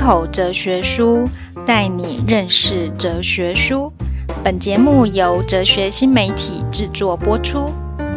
口哲学书，带你认识哲学书。本节目由哲学新媒体制作播出。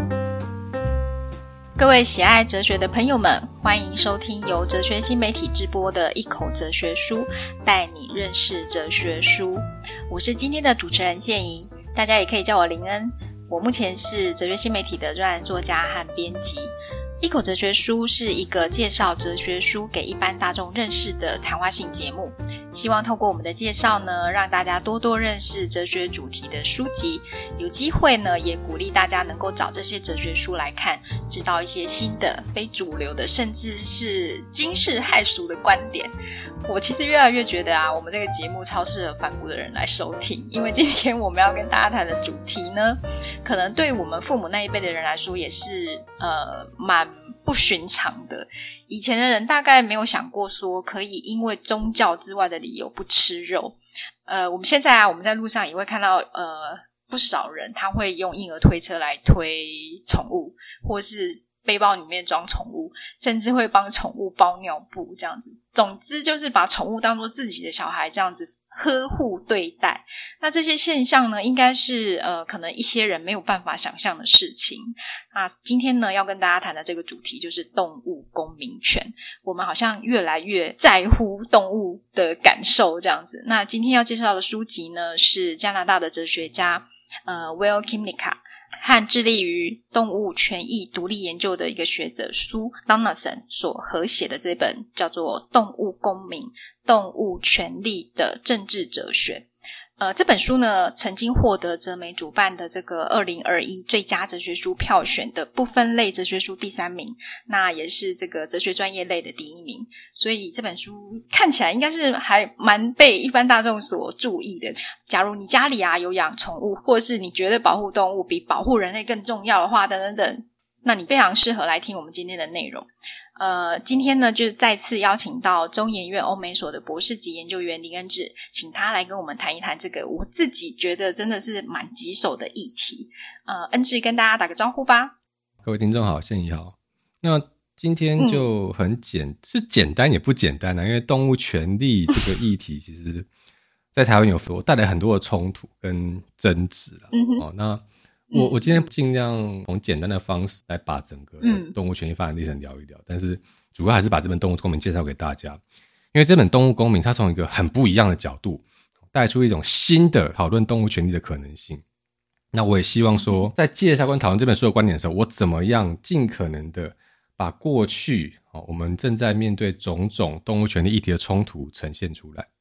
各位喜爱哲学的朋友们，欢迎收听由哲学新媒体直播的一口哲学书，带你认识哲学书。我是今天的主持人谢怡，大家也可以叫我林恩。我目前是哲学新媒体的专栏作家和编辑。一口哲学书是一个介绍哲学书给一般大众认识的谈话性节目，希望透过我们的介绍呢，让大家多多认识哲学主题的书籍，有机会呢也鼓励大家能够找这些哲学书来看，知道一些新的非主流的甚至是惊世骇俗的观点。我其实越来越觉得我们这个节目超适合反骨的人来收听，因为今天我们要跟大家谈的主题呢，可能对我们父母那一辈的人来说也是蛮不寻常的。以前的人大概没有想过说可以因为宗教之外的理由不吃肉。我们现在我们在路上也会看到不少人他会用婴儿推车来推宠物，或是背包里面装宠物，甚至会帮宠物包尿布这样子。总之就是把宠物当作自己的小孩这样子呵护对待。那这些现象呢，应该是可能一些人没有办法想象的事情。那今天呢要跟大家谈的这个主题就是动物公民权。我们好像越来越在乎动物的感受这样子。那今天要介绍的书籍呢，是加拿大的哲学家Will Kimmicka和致力于动物权益独立研究的一个学者苏 Donaldson 所合写的这本叫做《动物公民：动物权利的政治哲学》。这本书呢曾经获得哲媒主办的这个2021最佳哲学书票选的不分类哲学书第3名，那也是这个哲学专业类的第1名。所以这本书看起来应该是还蛮被一般大众所注意的。假如你家里有养宠物，或是你觉得保护动物比保护人类更重要的话，等等等，那你非常适合来听我们今天的内容。今天呢就再次邀请到中研院欧美所的博士级研究员林恩智，请他来跟我们谈一谈这个我自己觉得真的是蛮棘手的议题。恩智跟大家打个招呼吧。 各位听众好，宪怡好。那今天就很是简单也不简单因为动物权利这个议题其实在台湾有带来很多的冲突跟争执那我今天尽量从简单的方式来把整个动物权益发展历程聊一聊，但是主要还是把这本动物公民介绍给大家。因为这本动物公民它从一个很不一样的角度带出一种新的讨论动物权利的可能性。那我也希望说在介绍跟讨论这本书的观点的时候，我怎么样尽可能的把过去我们正在面对种种动物权利议题的冲突呈现出来。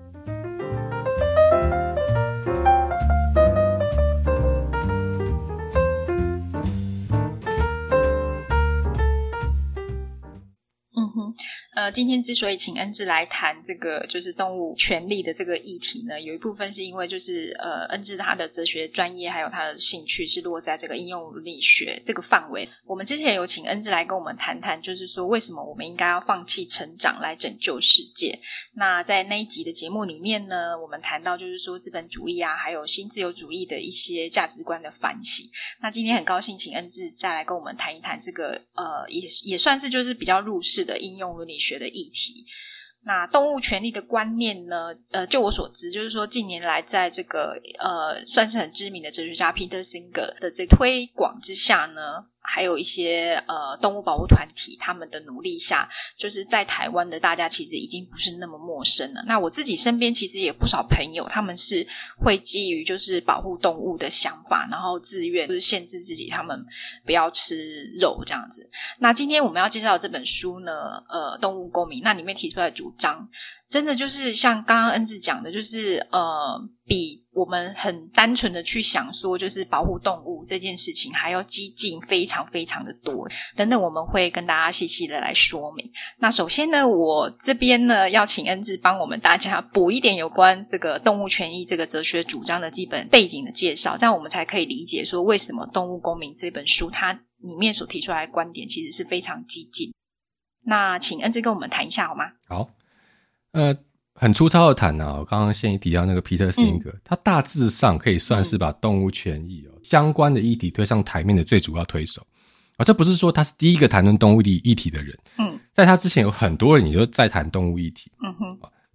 今天之所以请恩智来谈这个就是动物权利的这个议题呢，有一部分是因为就是恩智他的哲学专业还有他的兴趣是落在这个应用伦理学这个范围。我们之前有请恩智来跟我们谈谈，就是说为什么我们应该要放弃成长来拯救世界。那在那一集的节目里面呢，我们谈到就是说资本主义还有新自由主义的一些价值观的反省。那今天很高兴请恩智再来跟我们谈一谈这个也算是就是比较入世的应用伦理学的议题。那动物权利的观念呢就我所知就是说近年来在这个算是很知名的哲学家 Peter Singer 的这推广之下呢，还有一些动物保护团体他们的努力下，就是在台湾的大家其实已经不是那么陌生了。那我自己身边其实也不少朋友，他们是会基于就是保护动物的想法，然后自愿就是限制自己他们不要吃肉这样子。那今天我们要介绍的这本书呢动物公民，那里面提出来的主张真的就是像刚刚恩智讲的，就是比我们很单纯的去想说就是保护动物这件事情还要激进非常非常的多等等，我们会跟大家细细的来说明。那首先呢，我这边呢要请恩智帮我们大家补一点有关这个动物权益这个哲学主张的基本背景的介绍，这样我们才可以理解说为什么动物公民这本书它里面所提出来的观点其实是非常激进。那请恩智跟我们谈一下好吗？ 好，很粗糙的谈我刚刚先提到那个 Peter Singer，他大致上可以算是把动物权益相关的议题推上台面的最主要推手这不是说他是第一个谈论动物议题的人在他之前有很多人也就在谈动物议题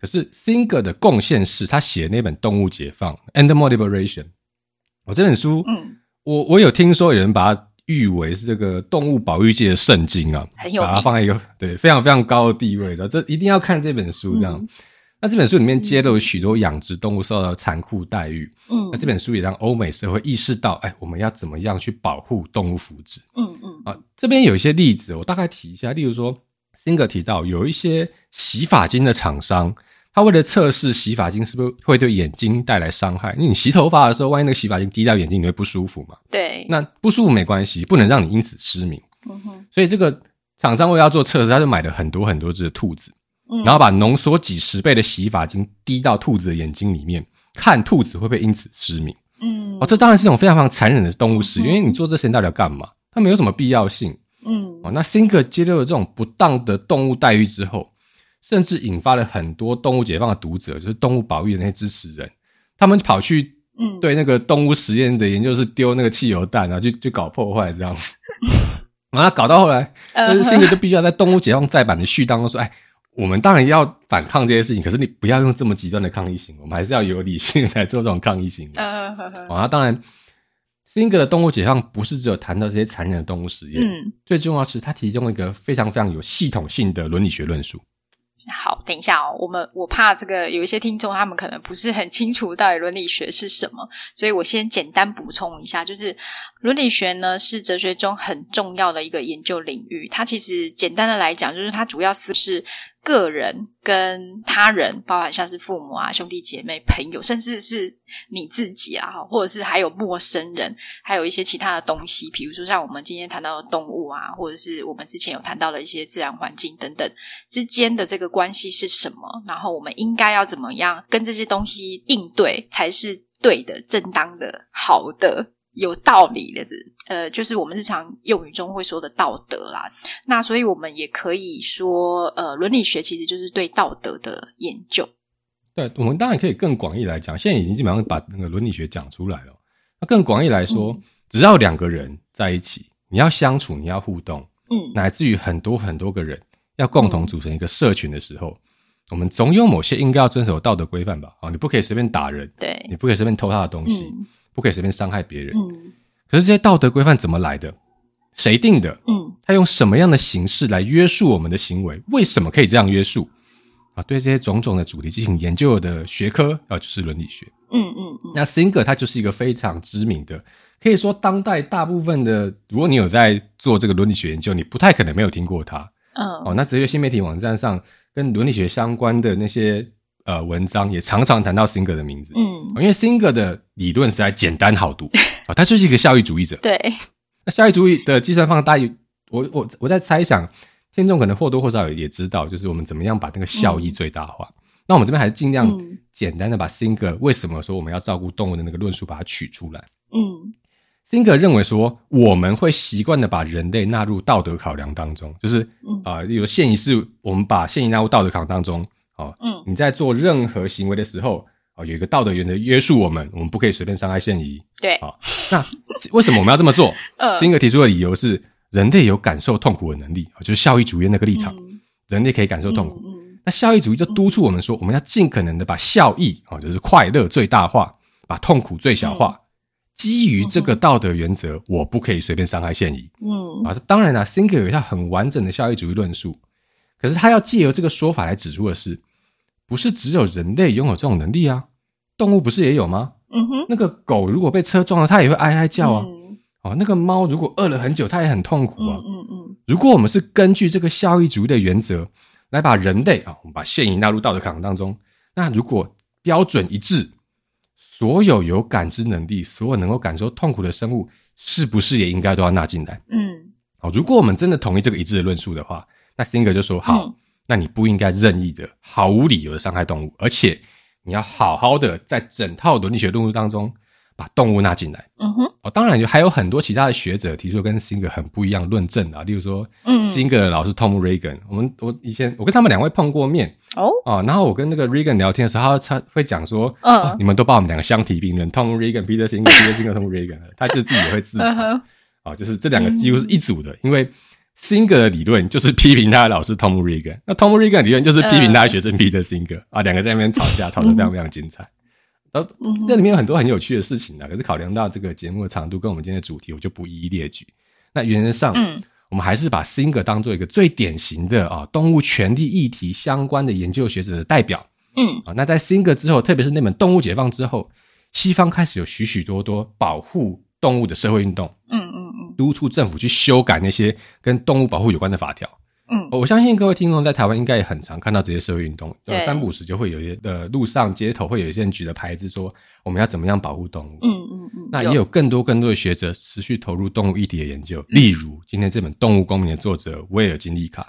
可是 Singer 的贡献是他写的那本《动物解放》Animal Liberation。这本书，我有听说有人把它誉为是这个动物保育界的圣经啊， 很有名， 把它放在一个对非常非常高的地位的，这一定要看这本书这样。那这本书里面揭露许多养殖动物受到残酷待遇，那这本书也让欧美社会意识到，我们要怎么样去保护动物福祉。这边有一些例子，我大概提一下，例如说 Singer 提到有一些洗发精的厂商，他为了测试洗发精是不是会对眼睛带来伤害，因为你洗头发的时候，万一那个洗发精滴到眼睛你会不舒服嘛？ 对， 那不舒服没关系，不能让你因此失明。所以这个厂商为了要做测试，他就买了很多很多只的兔子，然后把浓缩几十倍的洗发精滴到兔子的眼睛里面，看兔子会不会因此失明。这当然是一种非常非常残忍的动物实验，因为你做这实验到底要干嘛？它没有什么必要性。那 Singer 揭露了这种不当的动物待遇之后，甚至引发了很多动物解放的读者，就是动物保育的那些支持人，他们跑去对那个动物实验的研究室丢那个汽油弹，然后就搞破坏这样。然后搞到后来，就是 Singer 就必须要在动物解放再版的序当中说，我们当然要反抗这些事情，可是你不要用这么极端的抗议行为，我们还是要有理性来做这种抗议行为。那当然 Singer 的动物解放不是只有谈到这些残忍的动物实验，最重要是他提供一个非常非常有系统性的伦理学论述。 好，等一下我怕这个有一些听众他们可能不是很清楚到底伦理学是什么，所以我先简单补充一下，就是伦理学呢是哲学中很重要的一个研究领域，它其实简单的来讲就是它主要是个人跟他人，包含像是父母啊、兄弟姐妹、朋友，甚至是你自己啊，或者是还有陌生人，还有一些其他的东西，比如说像我们今天谈到的动物啊，或者是我们之前有谈到的一些自然环境等等之间的这个关系是什么，然后我们应该要怎么样跟这些东西应对才是对的、正当的、好的、有道理的，就是我们日常用语中会说的道德啦。那所以我们也可以说伦理学其实就是对道德的研究。 对，我们当然可以更广义来讲，现在已经基本上把那个伦理学讲出来了。那更广义来说，只要两个人在一起，你要相处，你要互动，乃至于很多很多个人要共同组成一个社群的时候，我们总有某些应该要遵守道德规范吧？你不可以随便打人， 对， 你不可以随便偷他的东西，不可以随便伤害别人。可是这些道德规范怎么来的？谁定的？他用什么样的形式来约束我们的行为？为什么可以这样约束？对这些种种的主题进行研究的学科就是伦理学。那 Singer 他就是一个非常知名的，可以说当代大部分的，如果你有在做这个伦理学研究，你不太可能没有听过他。那哲学新媒体网站上跟伦理学相关的那些文章也常常谈到 Singer 的名字。因为 Singer 的理论实在简单好读。他就是一个效益主义者。 对， 那效益主义的计算方大约，我在猜想，听众可能或多或少也知道，就是我们怎么样把那个效益最大化。那我们这边还是尽量简单的把 Singer 为什么说我们要照顾动物的那个论述把它取出来。Singer 认为说，我们会习惯的把人类纳入道德考量当中，就是例如现一世，我们把现一纳入道德考量当中。你在做任何行为的时候，有一个道德原则约束我们不可以随便伤害现遗。 对， 那为什么我们要这么做？Singer 提出的理由是，人类有感受痛苦的能力，就是效益主义那个立场，人类可以感受痛苦。那效益主义就督促我们说，我们要尽可能的把效益，就是快乐最大化，把痛苦最小化。基于这个道德原则，我不可以随便伤害现遗。当然啦 Singer 有一套很完整的效益主义论述，可是他要借由这个说法来指出的是，不是只有人类拥有这种能力啊，动物不是也有吗？那个狗如果被车撞了，它也会哀哀叫啊。那个猫如果饿了很久，它也很痛苦啊。如果我们是根据这个效益主义的原则来把人类我们把现遗纳入道德考量当中，那如果标准一致，所有有感知能力、所有能够感受痛苦的生物，是不是也应该都要纳进来？如果我们真的同意这个一致的论述的话，那 Singer 就说好，那你不应该任意的、毫无理由的伤害动物，而且你要好好的在整套伦理学论述当中把动物纳进来。当然还有很多其他的学者提出跟 Singer 很不一样的论证例如说Singer 的老师 Tom Regan， 以前我跟他们两位碰过面然后我跟那个 Regan 聊天的时候，他会讲说你们都把我们两个相提并论 Tom Regan Peter Singer Peter Singer Tom Regan， 他就自己也会自嘲就是这两个几乎是一组的，因为 Singer 的理论就是批评他的老师 Tom Regan， 那 Tom Regan 的理论就是批评他的学生 Peter Singer 两个在那边吵架，吵得非常非常精彩。这里面有很多很有趣的事情可是考量到这个节目的长度跟我们今天的主题，我就不一一列举。那原则上我们还是把 Singer 当做一个最典型的动物权利议题相关的研究学者的代表。那在 Singer 之后，特别是那本《动物解放》之后，西方开始有许许多多保护动物的社会运动，督促政府去修改那些跟动物保护有关的法条。我相信各位听众在台湾应该也很常看到这些社会运动，三不五时就会有一些路上街头会有一些人举着牌子说我们要怎么样保护动物。那也有更多的学者持续投入动物议题的研究，例如今天这本《动物公民》的作者威尔金利卡。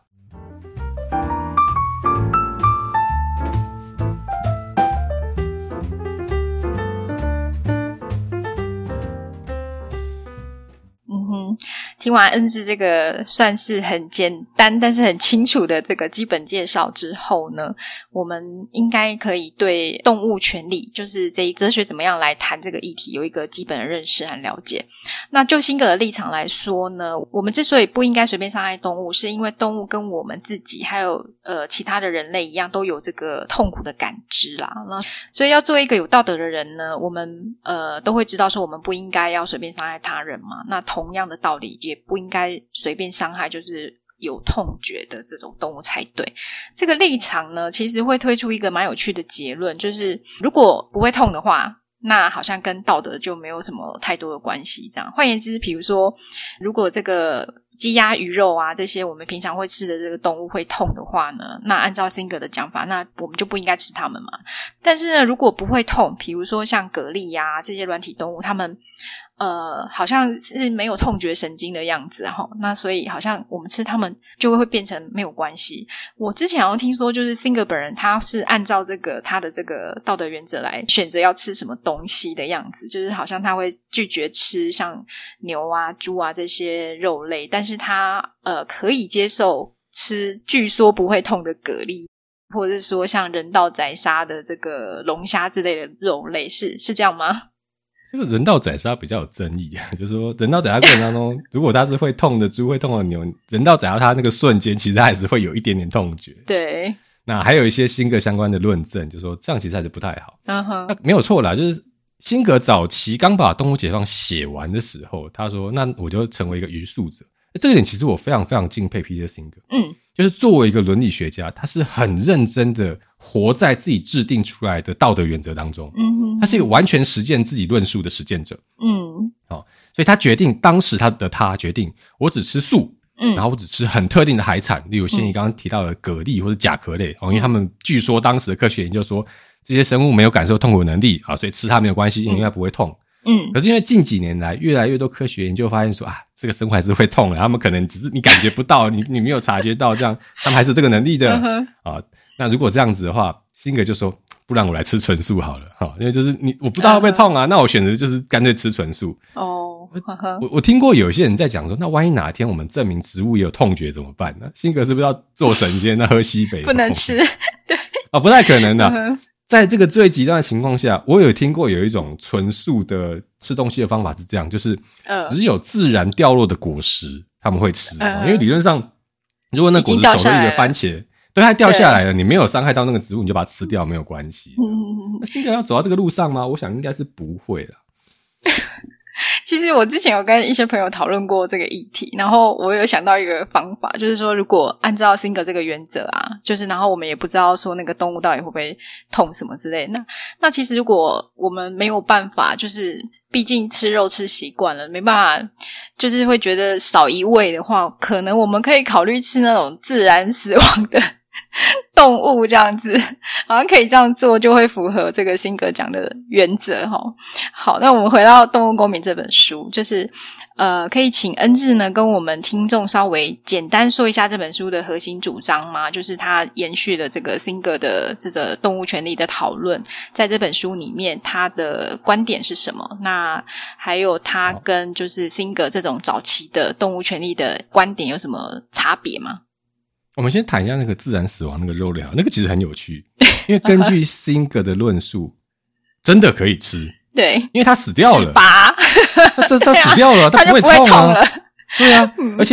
听完恩智这个算是很简单但是很清楚的这个基本介绍之后呢，我们应该可以对动物权利，就是这一哲学怎么样来谈这个议题有一个基本的认识和了解。那就辛格的立场来说呢，我们之所以不应该随便伤害动物，是因为动物跟我们自己还有其他的人类一样都有这个痛苦的感知啦。那所以要做一个有道德的人呢，我们都会知道说我们不应该要随便伤害他人嘛。那同样的道理也不应该随便伤害就是有痛觉的这种动物才对。这个立场呢，其实会推出一个蛮有趣的结论，就是如果不会痛的话，那好像跟道德就没有什么太多的关系。这样换言之，比如说如果这个鸡鸭鱼肉啊这些我们平常会吃的这个动物会痛的话呢，那按照 Singer 的讲法，那我们就不应该吃它们嘛。但是呢，如果不会痛，比如说像蛤蜊啊这些软体动物，它们好像是没有痛觉神经的样子那所以好像我们吃它们就会变成没有关系。我之前好像听说就是 Singer 本人他是按照他的这个道德原则来选择要吃什么东西的样子，就是好像他会拒绝吃像牛啊猪啊这些肉类，但是他可以接受吃据说不会痛的蛤蜊，或者是说像人道宰杀的这个龙虾之类的肉类，是这样吗？ 这个人道宰杀比较有争议就是说人道宰杀过程当中如果它是会痛的猪会痛的牛，人道宰杀它那个瞬间其实还是会有一点点痛觉。 对， 那还有一些辛格相关的论证就是说这样其实还是不太好。那没有错啦，就是辛格早期刚把《动物解放》写完的时候，他说那我就成为一个余数者。这个点其实我非常非常敬佩 Peter Singer。就是作为一个伦理学家，他是很认真的活在自己制定出来的道德原则当中。他是一个完全实践自己论述的实践者。所以他决定，当时他决定我只吃素，然后我只吃很特定的海产，例如现在刚刚提到的蛤蜊或者甲壳类，因为他们据说当时的科学研究说这些生物没有感受痛苦的能力所以吃它没有关系，因为它不会痛。可是因为近几年来越来越多科学研究发现说这个生物还是会痛的，他们可能只是你感觉不到你没有察觉到，这样他们还是这个能力的。那如果这样子的话，辛格就说不然我来吃纯素好了因为就是我不知道会不会痛那我选择就是干脆吃纯素。我听过有些人在讲说，那万一哪一天我们证明植物也有痛觉怎么办呢？辛格是不是要做神仙那喝西北不能吃对不太可能的。在这个最极端的情况下，我有听过有一种纯素的吃东西的方法是这样，就是只有自然掉落的果实他们会吃。因为理论上如果那果实手里的番茄对它掉下来了，你没有伤害到那个植物，你就把它吃掉没有关系。那辛格要走到这个路上吗？我想应该是不会啦。 其实我之前有跟一些朋友讨论过这个议题，然后我有想到一个方法，就是说如果按照Singer这个原则就是然后我们也不知道说那个动物到底会不会痛什么之类的，那其实如果我们没有办法，就是毕竟吃肉吃习惯了，没办法就是会觉得少一味的话，可能我们可以考虑吃那种自然死亡的动物，这样子好像可以这样做，就会符合这个辛格讲的原则好，那我们回到《动物公民》这本书，就是可以请恩智呢跟我们听众稍微简单说一下这本书的核心主张吗？就是他延续了这个辛格的这个动物权利的讨论，在这本书里面他的观点是什么？那还有他跟就是辛格这种早期的动物权利的观点有什么差别吗？ 我们先谈一下那个自然死亡那个肉类那个其实很有趣，因为根据Singer的论述真的可以吃。对，因为他死掉了，他死掉了他不会痛了。对而且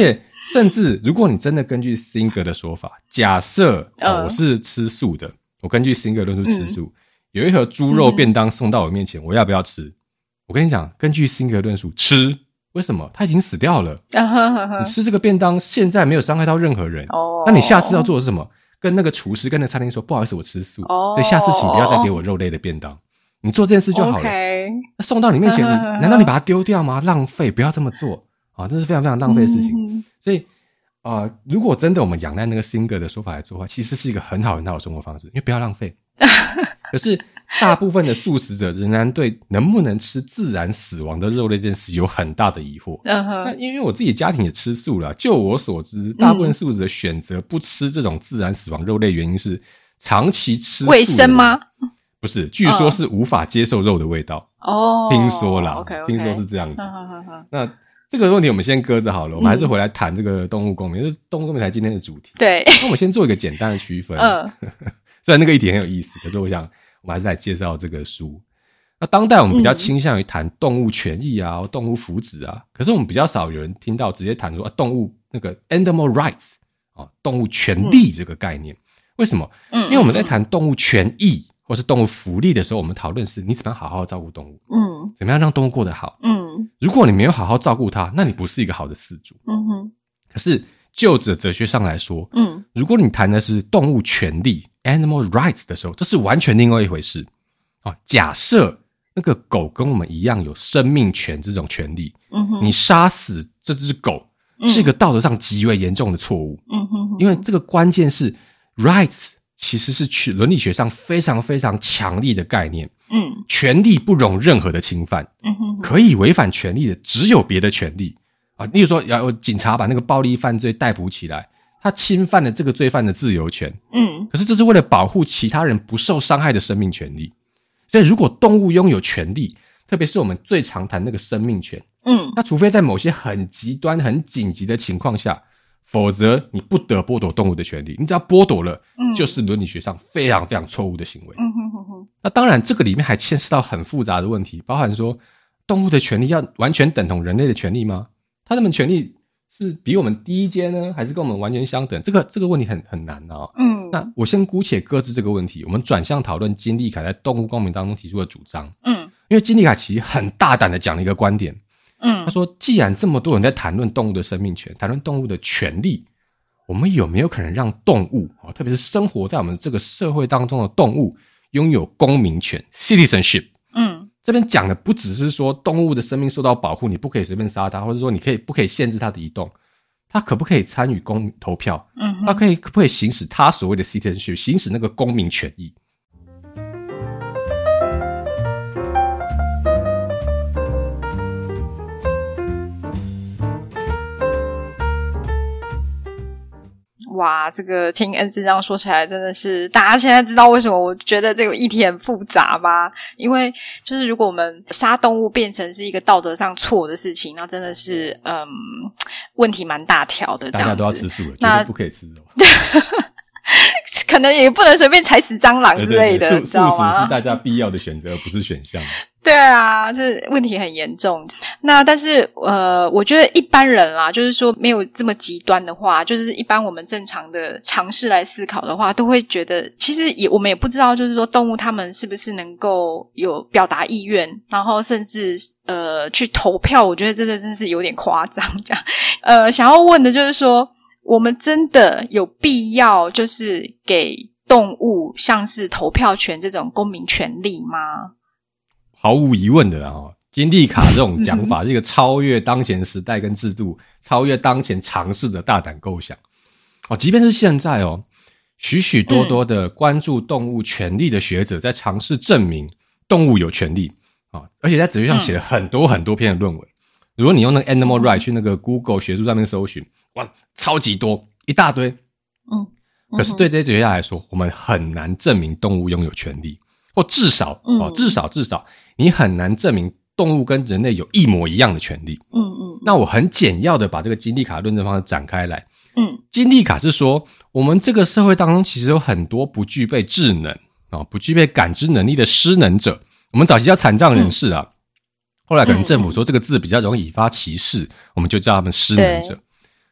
甚至如果你真的根据 Singer 的说法，假设我是吃素的，我根据 Singer 论述吃素，有一盒猪肉便当送到我面前，我要不要吃？我跟你讲，根据 Singer 论述，吃。为什么？他已经死掉了。你吃这个便当，现在没有伤害到任何人。那你下次要做的是什么？跟那个厨师、跟那个餐厅说，不好意思，我吃素，所以下次请不要再给我肉类的便当。你做这件事就好了。那送到你面前，难道你把它丢掉吗？浪费，不要这么做啊！这是非常非常浪费的事情。所以如果真的我们仰赖那个 Singer 的说法来做的话，其实是一个很好很好的生活方式，因为不要浪费。可是大部分的素食者仍然对能不能吃自然死亡的肉类这件事有很大的疑惑。那因为我自己家庭也吃素了，就我所知，大部分素食者选择不吃这种自然死亡肉类，原因是长期吃素卫生吗？ 不是，据说是无法接受肉的味道。听说啦，听说是这样子。那这个问题我们先搁着好了，我们还是回来谈这个动物公民，就是动物公民才今天的主题。 对， 那我们先做一个简单的区分。虽然那个议题很有意思，可是我想我们还是来介绍这个书。那当代我们比较倾向于谈动物权益啊、动物福祉啊，可是我们比较少有人听到直接谈说动物那个 animal rights 动物权利这个概念。为什么？因为我们在谈动物权益或是动物福利的时候，我们讨论是你怎么样好好照顾动物，怎么样让动物过得好。如果你没有好好照顾它，那你不是一个好的饲主。可是就哲学上来说，如果你谈的是动物权利 animal rights 的时候，这是完全另外一回事。假设那个狗跟我们一样有生命权这种权利，你杀死这只狗是一个道德上极为严重的错误。因为这个关键是 rights 其实是伦理学上非常非常强力的概念。权利不容任何的侵犯。可以违反权利的只有别的权利。例如说警察把那个暴力犯罪逮捕起来，他侵犯了这个罪犯的自由权。可是这是为了保护其他人不受伤害的生命权利。所以如果动物拥有权利，特别是我们最常谈那个生命权，那除非在某些很极端很紧急的情况下，否则你不得剥夺动物的权利。你只要剥夺了，就是伦理学上非常非常错误的行为。那当然这个里面还牵涉到很复杂的问题，包含说动物的权利要完全等同人类的权利吗？他们权利是比我们低一阶呢，还是跟我们完全相等？这个问题很难啊。那我先姑且搁置这个问题，我们转向讨论金利凯在动物公民当中提出的主张。因为金利凯其实很大胆的讲了一个观点。他说既然这么多人在谈论动物的生命权，谈论动物的权利，我们有没有可能让动物，特别是生活在我们这个社会当中的动物拥有公民权 citizenship。这边讲的不只是说动物的生命受到保护，你不可以随便杀它，或者说你不可以限制它的移动，它可不可以参与投票？它可不可以行使它所谓的 citizenship， 行使那个公民权益？ 哇，这个听恩智这样说起来，真的是大家现在知道为什么我觉得这个议题很复杂吗？因为就是如果我们杀动物变成是一个道德上错的事情，那真的是问题蛮大条的。这样子大家都要吃素了，绝对不可以吃肉。 可能也不能随便踩死蟑螂之类的， 素食是大家必要的选择，而不是选项。 对啊，这问题很严重。那但是我觉得一般人啦，就是说没有这么极端的话，就是一般我们正常的尝试来思考的话，都会觉得其实我们也不知道，就是说动物它们是不是能够有表达意愿，然后甚至去投票。我觉得真是有点夸张这样。想要问的就是说，我们真的有必要就是给动物像是投票权这种公民权利吗？ 毫无疑问的金利卡这种讲法是一个超越当前时代跟制度，超越当前尝试的大胆构想。即便是现在许许多多的关注动物权利的学者在尝试证明动物有权利而且在哲学上写了很多很多篇的论文。如果你用那个 animal right 去那个 Google 学术上面搜寻，哇，超级多，一大堆。可是对这些哲学家来说，我们很难证明动物拥有权利，或至少你很难证明动物跟人类有一模一样的权利。那我很简要的把这个金利卡论证方式展开来。金利卡是说，我们这个社会当中其实有很多不具备智能不具备感知能力的失能者，我们早期叫残障人士后来可能政府说这个字比较容易引发歧视，我们就叫他们失能者。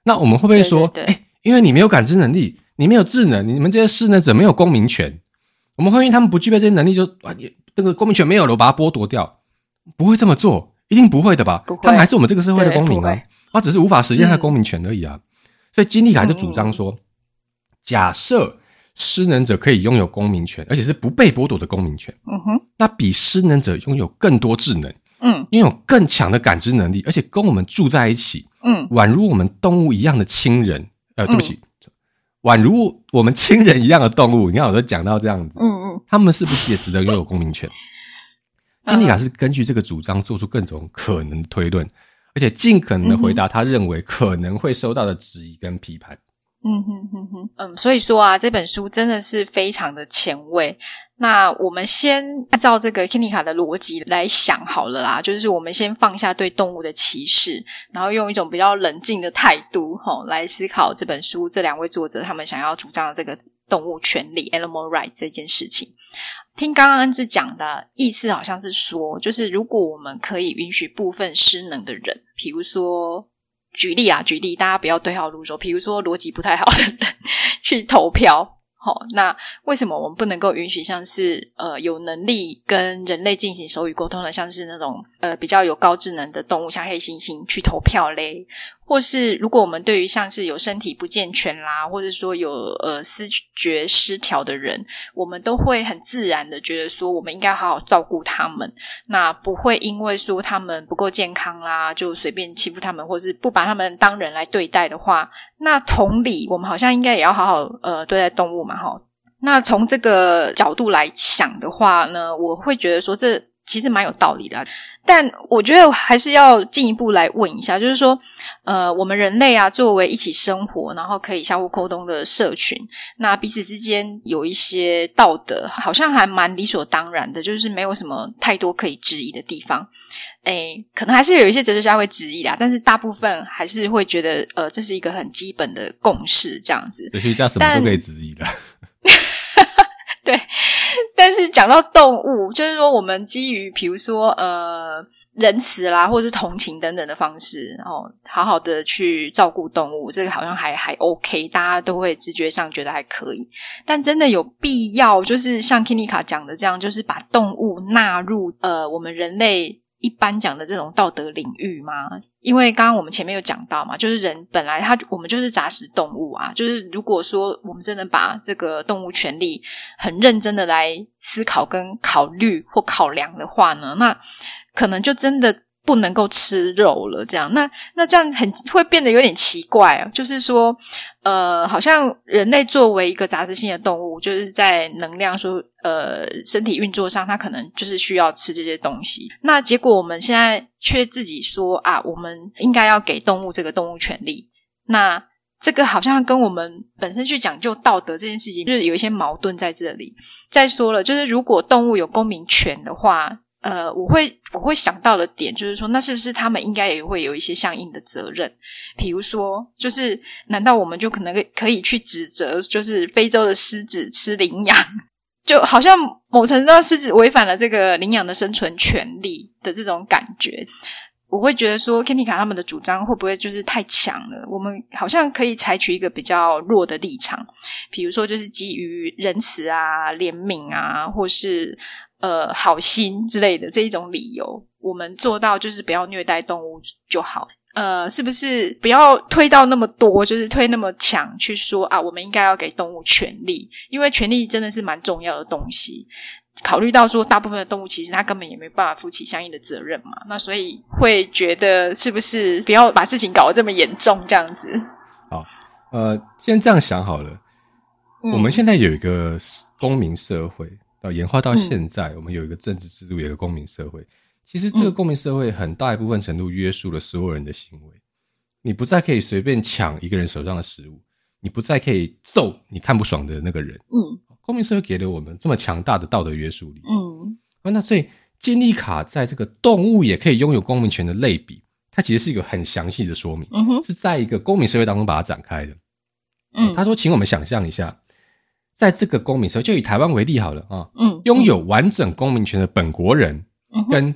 那我们会不会说， 对对对因为你没有感知能力，你没有智能，你们这些失能者没有公民权，我们会因为他们不具备这些能力就那个公民权没有了，我把它剥夺掉？不会这么做，一定不会的吧？他们还是我们这个社会的公民啊，他只是无法实现他的公民权而已啊。所以金利卡就主张说，假设失能者可以拥有公民权，而且是不被剥夺的公民权，那比失能者拥有更多智能，拥有更强的感知能力，而且跟我们住在一起，宛如我们动物一样的亲人，对不起，宛如我们亲人一样的动物。你看我都讲到这样子，他们是不是也值得拥有公民权？金利卡是根据这个主张做出各种可能的推论，而且尽可能的回答他认为可能会收到的质疑跟批判。 所以说啊，这本书真的是非常的前卫。那我们先按照这个 Kinika 的逻辑来想好了啦，就是我们先放下对动物的歧视，然后用一种比较冷静的态度来思考这本书这两位作者他们想要主张的这个动物权利 animal right 这件事情。听刚刚恩智讲的意思好像是说，就是如果我们可以允许部分失能的人，比如说举例，大家不要对号入座，比如说逻辑不太好的人去投票，那为什么我们不能够允许像是有能力跟人类进行手语沟通的，像是那种比较有高智能的动物，像黑猩猩去投票嘞？或是如果我们对于像是有身体不健全啦，或者说有思觉失调的人，我们都会很自然的觉得说我们应该好好照顾他们，那不会因为说他们不够健康啦就随便欺负他们，或是不把他们当人来对待的话，那同理我们好像应该也要好好对待动物嘛齁。那从这个角度来想的话呢，我会觉得说这其实蛮有道理的，但我觉得还是要进一步来问一下，就是说我们人类啊作为一起生活然后可以相互沟通的社群，那彼此之间有一些道德好像还蛮理所当然的，就是没有什么太多可以质疑的地方。可能还是有一些哲学家会质疑啦，但是大部分还是会觉得这是一个很基本的共识这样子。 哲学家什么都可以质疑的。 对，但是讲到动物，就是说我们基于比如说仁慈啦或是同情等等的方式，然后好好的去照顾动物，这个好像还 OK， 大家都会直觉上觉得还可以。但真的有必要就是像 Kinika 讲的这样，就是把动物纳入我们人类一般讲的这种道德领域吗？因为刚刚我们前面有讲到嘛，就是人本来我们就是杂食动物啊，就是如果说我们真的把这个动物权利很认真的来思考跟考虑或考量的话呢，那可能就真的不能够吃肉了这样。那这样会变得有点奇怪啊，就是说好像人类作为一个杂食性的动物，就是在能量说身体运作上它可能就是需要吃这些东西，那结果我们现在却自己说啊我们应该要给动物这个动物权利，那这个好像跟我们本身去讲究道德这件事情就是有一些矛盾在这里。再说了，就是如果动物有公民权的话我会想到的点就是说，那是不是他们应该也会有一些相应的责任？比如说，就是难道我们就可能可以去指责，就是非洲的狮子吃羚羊，就好像某程度上狮子违反了这个羚羊的生存权利的这种感觉？我会觉得说 Kinika 他们的主张会不会就是太强了，我们好像可以采取一个比较弱的立场，比如说就是基于仁慈啊、怜悯啊，或是好心之类的这一种理由，我们做到就是不要虐待动物就好。是不是不要推到那么多，就是推那么强去说啊我们应该要给动物权利，因为权利真的是蛮重要的东西，考虑到说大部分的动物其实它根本也没办法负起相应的责任嘛，那所以会觉得是不是不要把事情搞得这么严重这样子。 好，先这样想好了，我们现在有一个公民社会演化到现在，我们有一个政治制度，有一个公民社会，其实这个公民社会很大一部分程度约束了所有人的行为，你不再可以随便抢一个人手上的食物，你不再可以揍你看不爽的那个人。公民社会给了我们这么强大的道德约束力。那所以金利卡在这个动物也可以拥有公民权的类比，它其实是一个很详细的说明，是在一个公民社会当中把它展开的。他说请我们想象一下，在这个公民社会，就以台湾为例好了啊，拥有完整公民权的本国人跟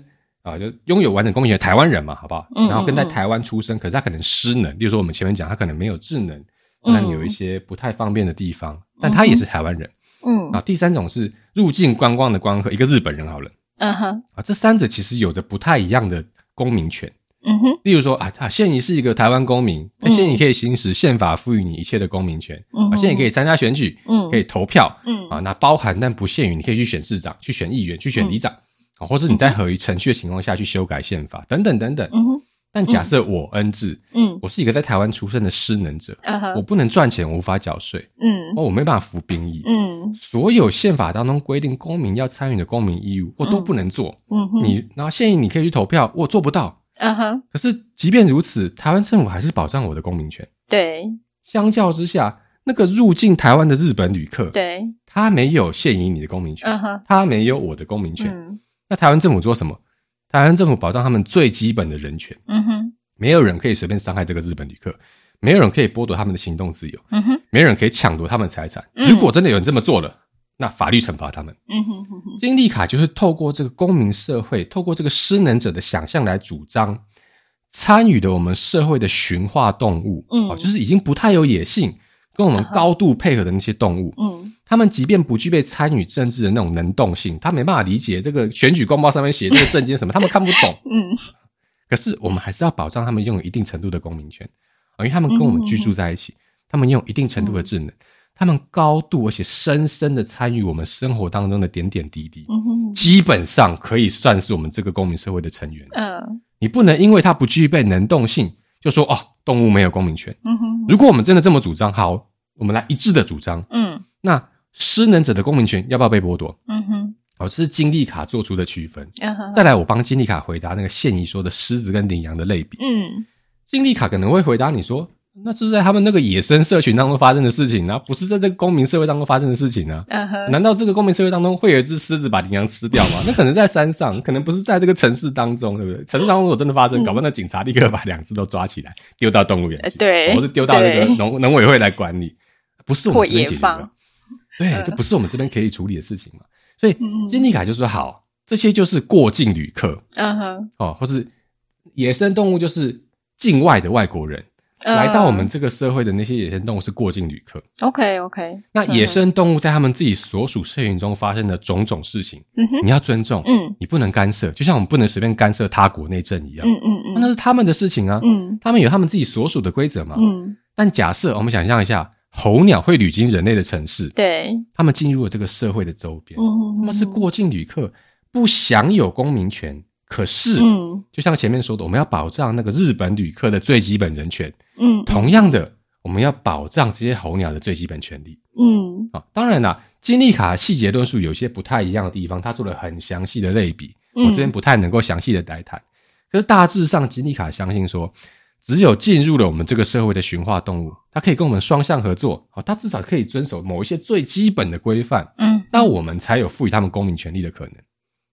就拥有完整公民权的台湾人嘛，好不好？然后跟在台湾出生，可是他可能失能，例如说我们前面讲他可能没有智能，那你有一些不太方便的地方，但他也是台湾人。然后第三种是入境观光的观光客，一个日本人好了。这三者其实有着不太一样的公民权。例如说现你是一个台湾公民，现你可以行使宪法赋予你一切的公民权。现你可以参加选举，可以投票。那包含但不限于你可以去选市长，去选议员，去选里长。或是你在合于程序的情况下去修改宪法等等等等。但假设我恩智，我是一个在台湾出生的失能者，我不能赚钱，我无法缴税，我没办法服兵役，所有宪法当中规定公民要参与的公民义务我都不能做。然后现役你可以去投票，我做不到。可是即便如此，台湾政府还是保障我的公民权。 对， 相较之下，那个入境台湾的日本旅客， 对， 他没有现役你的公民权，他没有我的公民权。那台湾政府做什么？台湾政府保障他们最基本的人权。没有人可以随便伤害这个日本旅客，没有人可以剥夺他们的行动自由，没有人可以抢夺他们的财产。如果真的有人这么做了，那法律惩罚他们。金利卡就是透过这个公民社会，透过这个失能者的想象来主张参与的我们社会的驯化动物，就是已经不太有野性，跟我们高度配合的那些动物。他们即便不具备参与政治的那种能动性，他没办法理解这个选举公报上面写这个政见什么，他们看不懂。可是我们还是要保障他们拥有一定程度的公民权，因为他们跟我们居住在一起，他们拥有一定程度的智能，他们高度而且深深的参与我们生活当中的点点滴滴，基本上可以算是我们这个公民社会的成员。你不能因为他不具备能动性就说动物没有公民权。如果我们真的这么主张，好，我们来一致的主张，那失能者的公民权要不要被剥夺？这是金利卡做出的区分。再来我帮金利卡回答那个现仪说的狮子跟羚羊的类比。金利卡可能会回答你说，那这是在他们那个野生社群当中发生的事情啊，不是在这个公民社会当中发生的事情啊。难道这个公民社会当中会有一只狮子把羚羊吃掉吗？那可能在山上，可能不是在这个城市当中，对不对？城市当中如果真的发生，搞不好那警察立刻把两只都抓起来丢到动物园去， 对， 或是丢到那个农委会来管理，不是我们这边解决的。对，这不是我们这边可以处理的事情嘛。所以金利卡就说好，这些就是过境旅客。或是野生动物就是境外的外国人，来到我们这个社会的那些野生动物是过境旅客。OK。那野生动物在他们自己所属社群中发生的种种事情，你要尊重，你不能干涉，就像我们不能随便干涉他国内政一样。那是他们的事情啊，他们有他们自己所属的规则嘛。但假设我们想象一下，候鸟会旅经人类的城市，对，他们进入了这个社会的周边，他们是过境旅客，不享有公民权。可是就像前面说的，我们要保障那个日本旅客的最基本人权。同样的，我们要保障这些候鸟的最基本权利。当然啦，金利卡细节论述有些不太一样的地方，他做了很详细的类比，我这边不太能够详细的来谈。可是大致上金利卡相信说，只有进入了我们这个社会的驯化动物，它可以跟我们双向合作，它至少可以遵守某一些最基本的规范，那我们才有赋予他们公民权利的可能。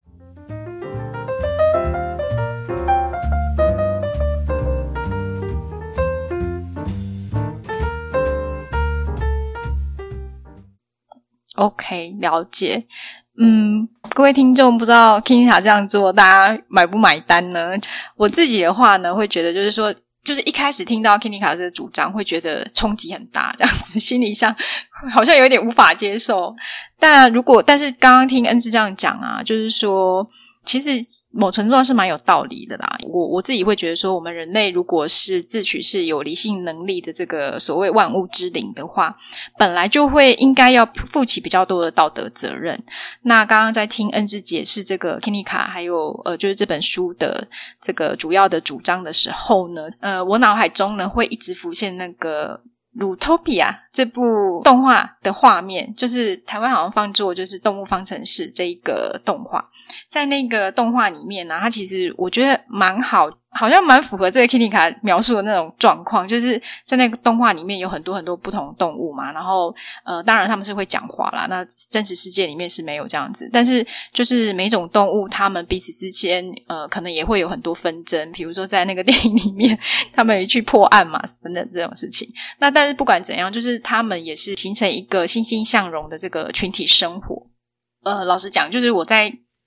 OK， 了解。各位听众，不知道 Kinita 这样做大家买不买单呢？我自己的话呢，会觉得就是说，就是一开始听到 Kinita 这个主张会觉得冲击很大，这样子心理上好像有点无法接受。但是刚刚听恩智这样讲啊，就是说其实某程度上是蛮有道理的啦。我自己会觉得说，我们人类如果是自诩是有理性能力的这个所谓万物之灵的话，本来就会应该要负起比较多的道德责任。那刚刚在听恩智解释这个 Kinita 还有就是这本书的这个主要的主张的时候呢，我脑海中呢会一直浮现那个Zootopia 这部动画的画面，就是台湾好像放做就是动物方程式这一个动画。在那个动画里面呢，它其实我觉得蛮好，好像蛮符合这个 Kinita 描述的那种状况，就是在那个动画里面有很多很多不同的动物嘛，然后当然他们是会讲话啦，那真实世界里面是没有这样子，但是就是每种动物他们彼此之间可能也会有很多纷争，比如说在那个电影里面他们去破案嘛等等这种事情。那但是不管怎样，就是他们也是形成一个欣欣向荣的这个群体生活。老实讲，就是我在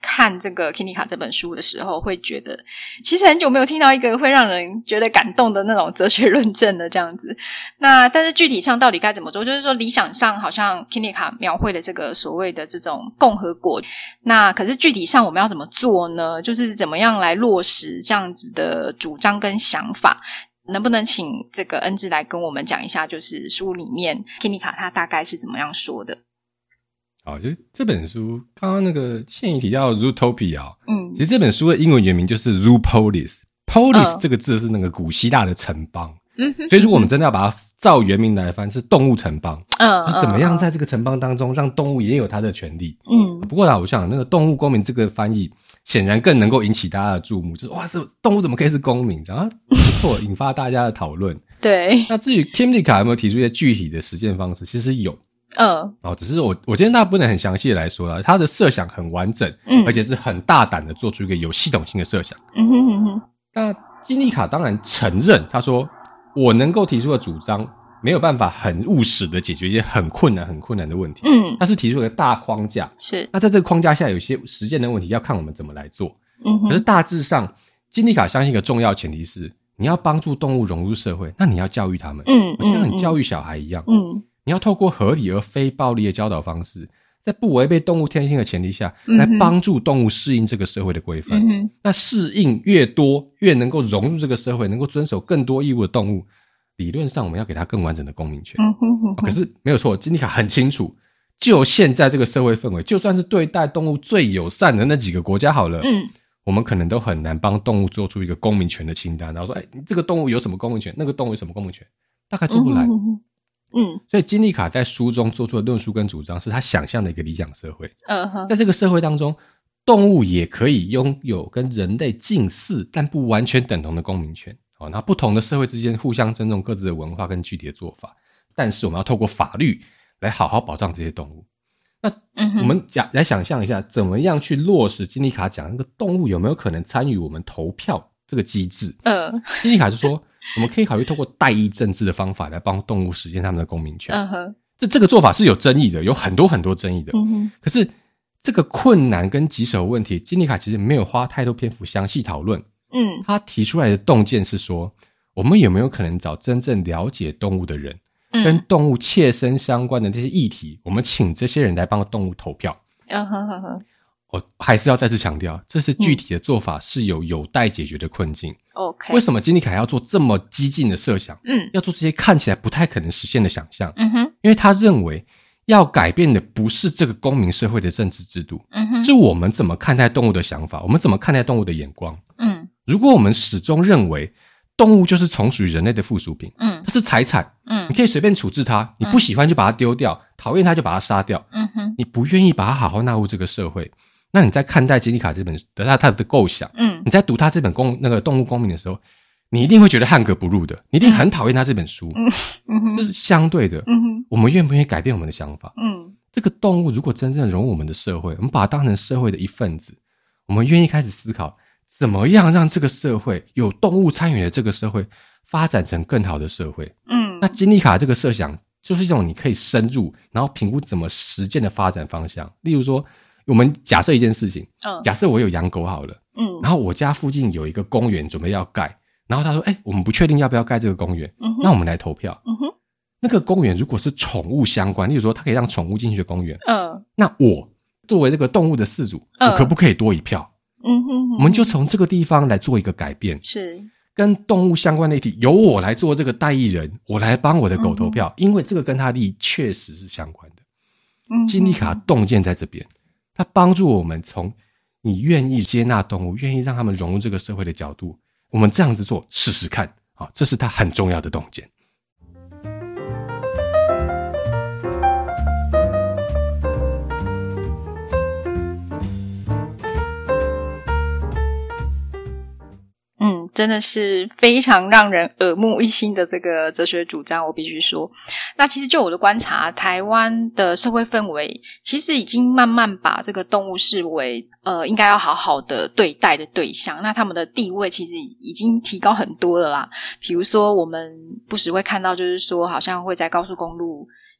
看这个 Kinica 这本书的时候，会觉得其实很久没有听到一个会让人觉得感动的那种哲学论证的这样子。那但是具体上到底该怎么做，就是说理想上好像 Kinica 描绘的这个所谓的这种共和国，那可是具体上我们要怎么做呢？就是怎么样来落实这样子的主张跟想法，能不能请这个恩智来跟我们讲一下，就是书里面 Kinica 他大概是怎么样说的？ 好，就这本书刚刚那个现已提到 Zootopia， 其实这本书的英文原名就是 Zoopolis。Polis 这个字是那个古希腊的城邦，所以如果我们真的要把它照原名来翻，是动物城邦。就怎么样在这个城邦当中让动物也有它的权利。不过啦，我想那个动物公民这个翻译显然更能够引起大家的注目，就是哇，这动物怎么可以是公民？然后不错，引发大家的讨论。 对。 那至于 Kinica 有没有提出一些具体的实践方式，其实有。只是我今天大家不能很详细的来说啦，他的设想很完整，而且是很大胆的做出一个有系统性的设想。那基尼卡当然承认，他说我能够提出的主张没有办法很务实的解决一些很困难的问题。他是提出一个大框架， 是。 那在这个框架下有一些实践的问题要看我们怎么来做。可是大致上基尼卡相信一个重要前提是，你要帮助动物融入社会，那你要教育他们，就像你教育小孩一样。你要透过合理而非暴力的教导方式，在不违背动物天性的前提下，来帮助动物适应这个社会的规范。那适应越多，越能够融入这个社会，能够遵守更多义务的动物，理论上我们要给它更完整的公民权。可是没有错，基尼卡很清楚，就现在这个社会氛围，就算是对待动物最友善的那几个国家好了，我们可能都很难帮动物做出一个公民权的清单，然后说你这个动物有什么公民权，那个动物有什么公民权，大概做不来。所以基尼卡在书中做出的论述跟主张是他想象的一个理想社会。在这个社会当中，动物也可以拥有跟人类近似但不完全等同的公民权。那不同的社会之间互相尊重各自的文化跟具体的做法，但是我们要透过法律来好好保障这些动物。那我们来想象一下，怎么样去落实基尼卡讲那个动物有没有可能参与我们投票这个机制。基尼卡就说我们可以考虑透过代议政治的方法来帮动物实现他们的公民权。这个做法是有争议的，有很多争议的。可是这个困难跟棘手问题，基尼卡其实没有花太多篇幅详细讨论。他提出来的洞见是说，我们有没有可能找真正了解动物的人，跟动物切身相关的这些议题，我们请这些人来帮动物投票。我还是要再次强调，这是具体的做法，是有待解决的困境。为什么基尼卡要做这么激进的设想？要做这些看起来不太可能实现的想象？因为他认为要改变的不是这个公民社会的政治制度，是我们怎么看待动物的想法，我们怎么看待动物的眼光。如果我们始终认为动物就是从属于人类的附属品，它是财产，你可以随便处置它，你不喜欢就把它丢掉，讨厌它就把它杀掉，你不愿意把它好好纳入这个社会，那你在看待基尼卡这本他的构想，你在读他这本那个动物公民的时候，你一定会觉得汉格不入的，你一定很讨厌他这本书。这是相对的，我们愿不愿意改变我们的想法？这个动物如果真正融入我们的社会，我们把它当成社会的一份子，我们愿意开始思考怎么样让这个社会有动物参与的这个社会发展成更好的社会。那基尼卡这个设想就是一种你可以深入然后评估怎么实践的发展方向。例如说，我们假设一件事情，假设我有养狗好了，然后我家附近有一个公园准备要盖，然后他说我们不确定要不要盖这个公园，那我们来投票。那个公园如果是宠物相关，例如说它可以让宠物进去的公园，那我作为这个动物的饲主，我可不可以多一票？我们就从这个地方来做一个改变， 是跟动物相关的议题由我来做这个代议人，我来帮我的狗投票，因为这个跟它的利益确实是相关的。基尼卡洞见在这边，它帮助我们从你愿意接纳动物，愿意让他们融入这个社会的角度，我们这样子做试试看，这是它很重要的洞见。 真的是非常让人耳目一新的这个哲学主张，我必须说。那其实就我的观察，台湾的社会氛围其实已经慢慢把这个动物视为应该要好好的对待的对象，那他们的地位其实已经提高很多了啦。比如说我们不时会看到，就是说好像会在高速公路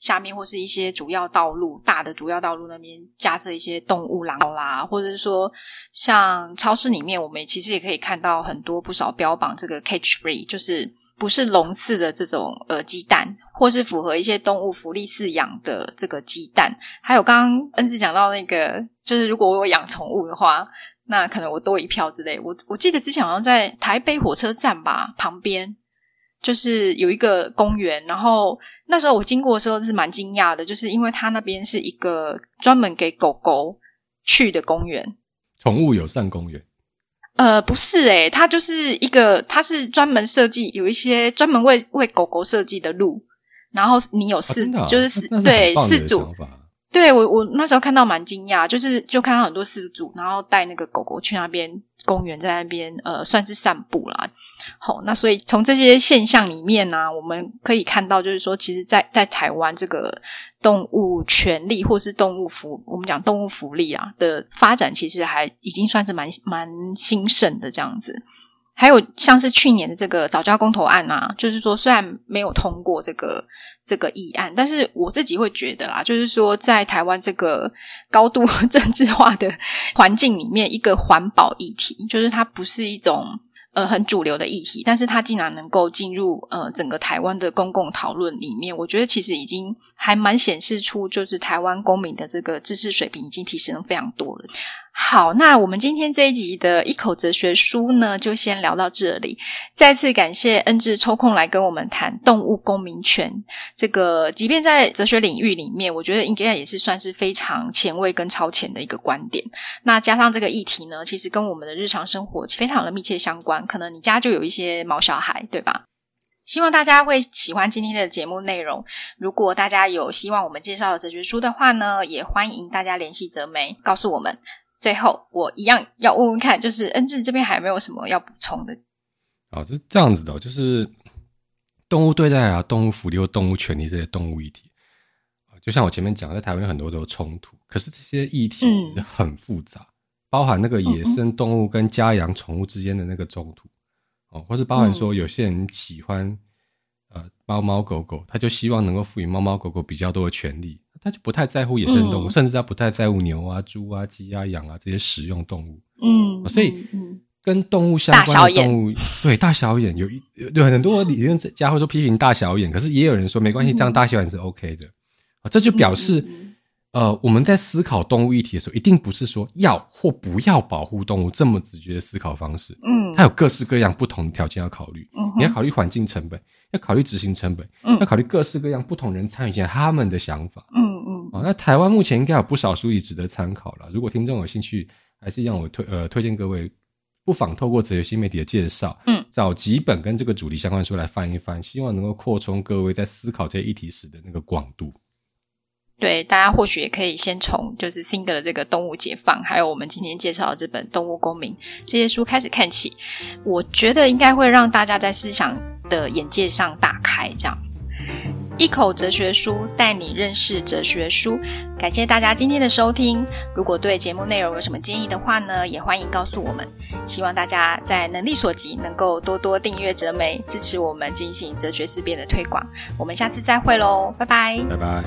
下面或是一些主要道路，大的主要道路那边架设一些动物廊啦，或者是说像超市里面我们其实也可以看到很多不少标榜这个 cage free， 就是不是笼饲的这种鸡蛋，或是符合一些动物福利饲养的这个鸡蛋。还有刚刚恩智讲到那个，就是如果我有养宠物的话，那可能我多一票之类。我记得之前好像在台北火车站吧旁边，就是有一个公园，然后那时候我经过的时候是蛮惊讶的，就是因为它那边是一个专门给狗狗去的公园， 宠物友善公园。 不是它就是一个，它是专门设计有一些专门为狗狗设计的路，然后你有就是对饲主，对我那时候看到蛮惊讶，就看到很多饲主，然后带那个狗狗去那边公园，在那边算是散步啦。好，那所以从这些现象里面呢，我们可以看到，就是说，其实在台湾这个动物权利或是我们讲动物福利啊的发展，其实还已经算是蛮兴盛的这样子。还有像是去年的这个早教公投案啊，就是说虽然没有通过这个议案，但是我自己会觉得啦，就是说在台湾这个高度政治化的环境里面，一个环保议题，就是它不是一种很主流的议题，但是它竟然能够进入整个台湾的公共讨论里面，我觉得其实已经还蛮显示出就是台湾公民的这个知识水平已经提升了非常多了。好，那我们今天这一集的一口哲学书呢，就先聊到这里。再次感谢恩智抽空来跟我们谈动物公民权，这个即便在哲学领域里面，我觉得应该也是算是非常前卫跟超前的一个观点。那加上这个议题呢，其实跟我们的日常生活非常的密切相关，可能你家就有一些毛小孩，对吧？希望大家会喜欢今天的节目内容。如果大家有希望我们介绍的哲学书的话呢，也欢迎大家联系哲媒告诉我们。最后我一样要问问看，就是恩智这边还有没有什么要补充的？ 好，就是这样子的，就是动物对待啊、动物福利或动物权利这些动物议题，就像我前面讲，在台湾有很多都有冲突，可是这些议题其实很复杂，包含那个野生动物跟家养宠物之间的那个冲突，或是包含说有些人喜欢猫猫狗狗，他就希望能够赋予猫猫狗狗比较多的权利，他就不太在乎野生动物，甚至他不太在乎牛啊、猪啊、鸡啊、羊啊这些食用动物。所以跟动物相关的动物，对大小眼有很多理论家会说批评大小眼，可是也有人说没关系，这样大小眼是 OK 的。这就表示我们在思考动物议题的时候，一定不是说要或不要保护动物这么直觉的思考方式。它有各式各样不同的条件要考虑。你要考虑环境成本，要考虑执行成本，要考虑各式各样不同人参与进来他们的想法。那台湾目前应该有不少书籍值得参考了。如果听众有兴趣，还是让我推荐各位，不妨透过哲学新媒体的介绍，找几本跟这个主题相关书来翻一翻，希望能够扩充各位在思考这些议题时的那个广度。 对，大家或许也可以先从就是辛格的这个动物解放，还有我们今天介绍的这本动物公民这些书开始看起，我觉得应该会让大家在思想的眼界上打开。这样一口哲学书带你认识哲学书，感谢大家今天的收听。如果对节目内容有什么建议的话呢，也欢迎告诉我们。希望大家在能力所及能够多多订阅哲媒，支持我们进行哲学思辨的推广。我们下次再会咯，拜拜， 拜拜。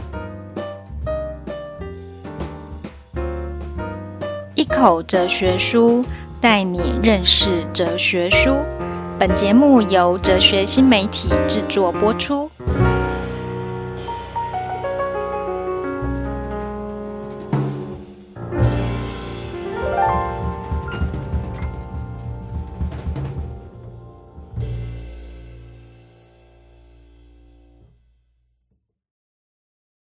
一口哲学书带你认识哲学书，本节目由哲学新媒体制作播出。